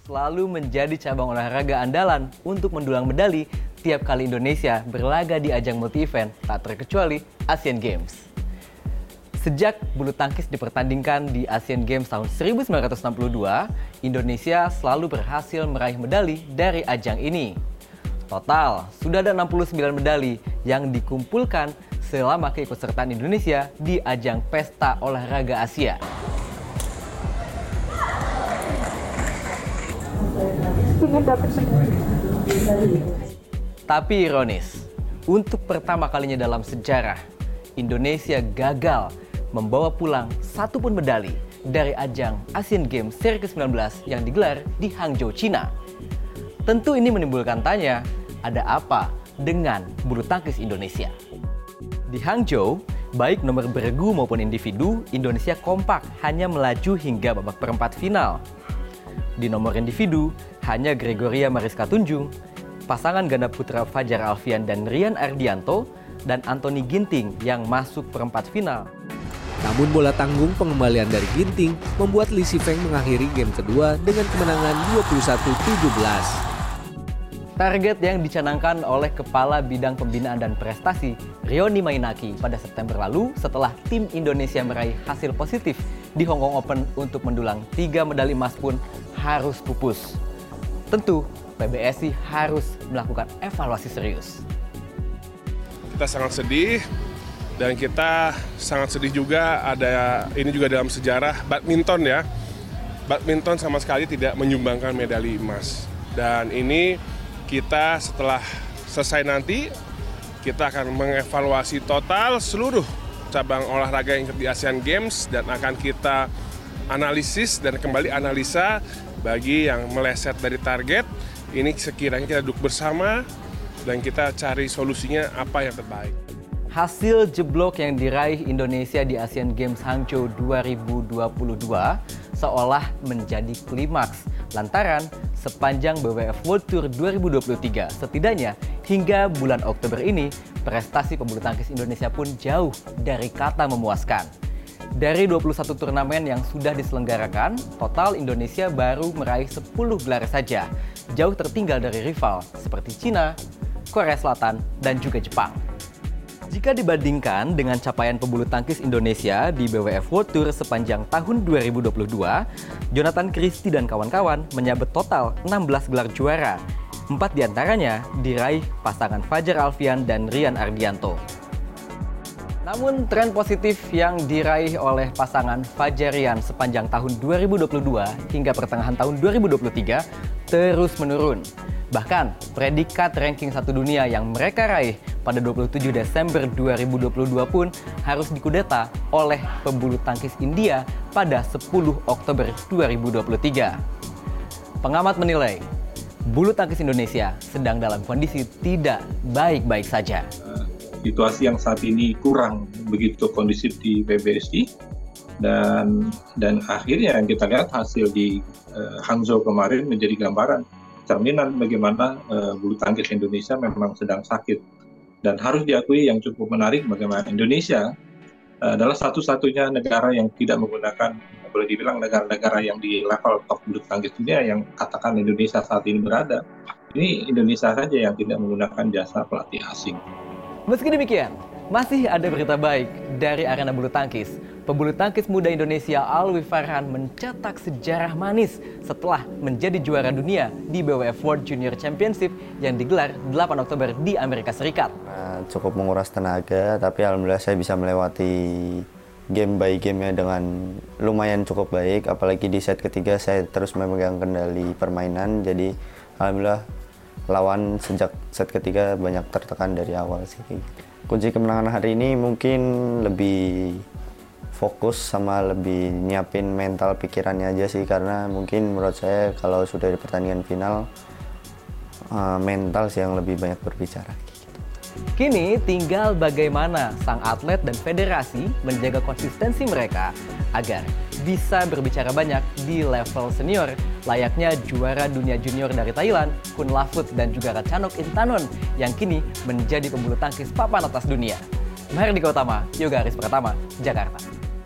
selalu menjadi cabang olahraga andalan untuk mendulang medali tiap kali Indonesia berlaga di ajang multi-event, tak terkecuali Asian Games. Sejak bulu tangkis dipertandingkan di Asian Games tahun 1962, Indonesia selalu berhasil meraih medali dari ajang ini. Total, sudah ada 69 medali yang dikumpulkan selama keikutsertaan Indonesia di ajang Pesta Olahraga Asia. Tapi ironis, untuk pertama kalinya dalam sejarah, Indonesia gagal membawa pulang satu pun medali dari ajang Asian Games seri ke-19 yang digelar di Hangzhou, China. Tentu ini menimbulkan tanya, ada apa dengan bulu tangkis Indonesia? Di Hangzhou, baik nomor beregu maupun individu, Indonesia kompak hanya melaju hingga babak perempat final. Di nomor individu, hanya Gregoria Mariska Tunjung, pasangan ganda putra Fajar Alfian dan Rian Ardianto, dan Anthony Ginting yang masuk perempat final. Namun bola tanggung pengembalian dari Ginting membuat Li Shifeng mengakhiri game kedua dengan kemenangan 21-17. Target yang dicanangkan oleh Kepala Bidang Pembinaan dan Prestasi, Rioni Mainaki, pada September lalu setelah tim Indonesia meraih hasil positif di Hong Kong Open untuk mendulang 3 medali emas pun harus pupus. Tentu, PBSI harus melakukan evaluasi serius. Kita sangat sedih dan kita sangat sedih juga ada ini juga dalam sejarah badminton ya. Badminton sama sekali tidak menyumbangkan medali emas. Dan ini kita setelah selesai nanti, kita akan mengevaluasi total seluruh cabang olahraga yang ikut di Asian Games dan akan kita analisis dan kembali analisa bagi yang meleset dari target. Ini sekiranya kita duduk bersama dan kita cari solusinya apa yang terbaik. Hasil jeblok yang diraih Indonesia di Asian Games Hangzhou 2022 seolah menjadi klimaks lantaran sepanjang BWF World Tour 2023 setidaknya hingga bulan Oktober ini prestasi pebulu tangkis Indonesia pun jauh dari kata memuaskan. Dari 21 turnamen yang sudah diselenggarakan, total Indonesia baru meraih 10 gelar saja, jauh tertinggal dari rival seperti Cina, Korea Selatan, dan juga Jepang. Jika dibandingkan dengan capaian pebulu tangkis Indonesia di BWF World Tour sepanjang tahun 2022, Jonathan Christie dan kawan-kawan menyabet total 16 gelar juara. 4 diantaranya diraih pasangan Fajar Alfian dan Rian Ardianto. Namun tren positif yang diraih oleh pasangan Fajar Rian sepanjang tahun 2022 hingga pertengahan tahun 2023 terus menurun. Bahkan predikat ranking 1 dunia yang mereka raih pada 27 Desember 2022 pun harus dikudeta oleh pebulu tangkis India pada 10 Oktober 2023. Pengamat menilai, bulu tangkis Indonesia sedang dalam kondisi tidak baik-baik saja. Situasi yang saat ini kurang begitu kondusif di PBSI dan akhirnya yang kita lihat hasil di Hangzhou kemarin menjadi gambaran cerminan bagaimana bulu tangkis Indonesia memang sedang sakit. Dan harus diakui yang cukup menarik bagaimana Indonesia adalah satu-satunya negara yang tidak menggunakan, boleh dibilang negara-negara yang di level top bulu tangkis dunia yang katakan Indonesia saat ini berada. Ini Indonesia saja yang tidak menggunakan jasa pelatih asing. Meski demikian, masih ada berita baik dari arena bulu tangkis. Pebulu tangkis muda Indonesia Alwi Farhan mencetak sejarah manis setelah menjadi juara dunia di BWF World Junior Championship yang digelar 8 Oktober di Amerika Serikat. Cukup menguras tenaga, tapi alhamdulillah saya bisa melewati game by game-nya dengan lumayan cukup baik. Apalagi di set ketiga saya terus memegang kendali permainan, jadi alhamdulillah lawan sejak set ketiga banyak tertekan dari awal sih. Kunci kemenangan hari ini mungkin lebih fokus sama lebih nyiapin mental pikirannya aja sih, karena mungkin menurut saya kalau sudah di pertandingan final mental sih yang lebih banyak berbicara. Kini tinggal bagaimana sang atlet dan federasi menjaga konsistensi mereka agar bisa berbicara banyak di level senior, layaknya juara dunia junior dari Thailand, Kun Lafut dan juga Ratchanok Intanon yang kini menjadi pebulu tangkis papan atas dunia. Mahardika Utama, Yoga Aris Pratama, Jakarta.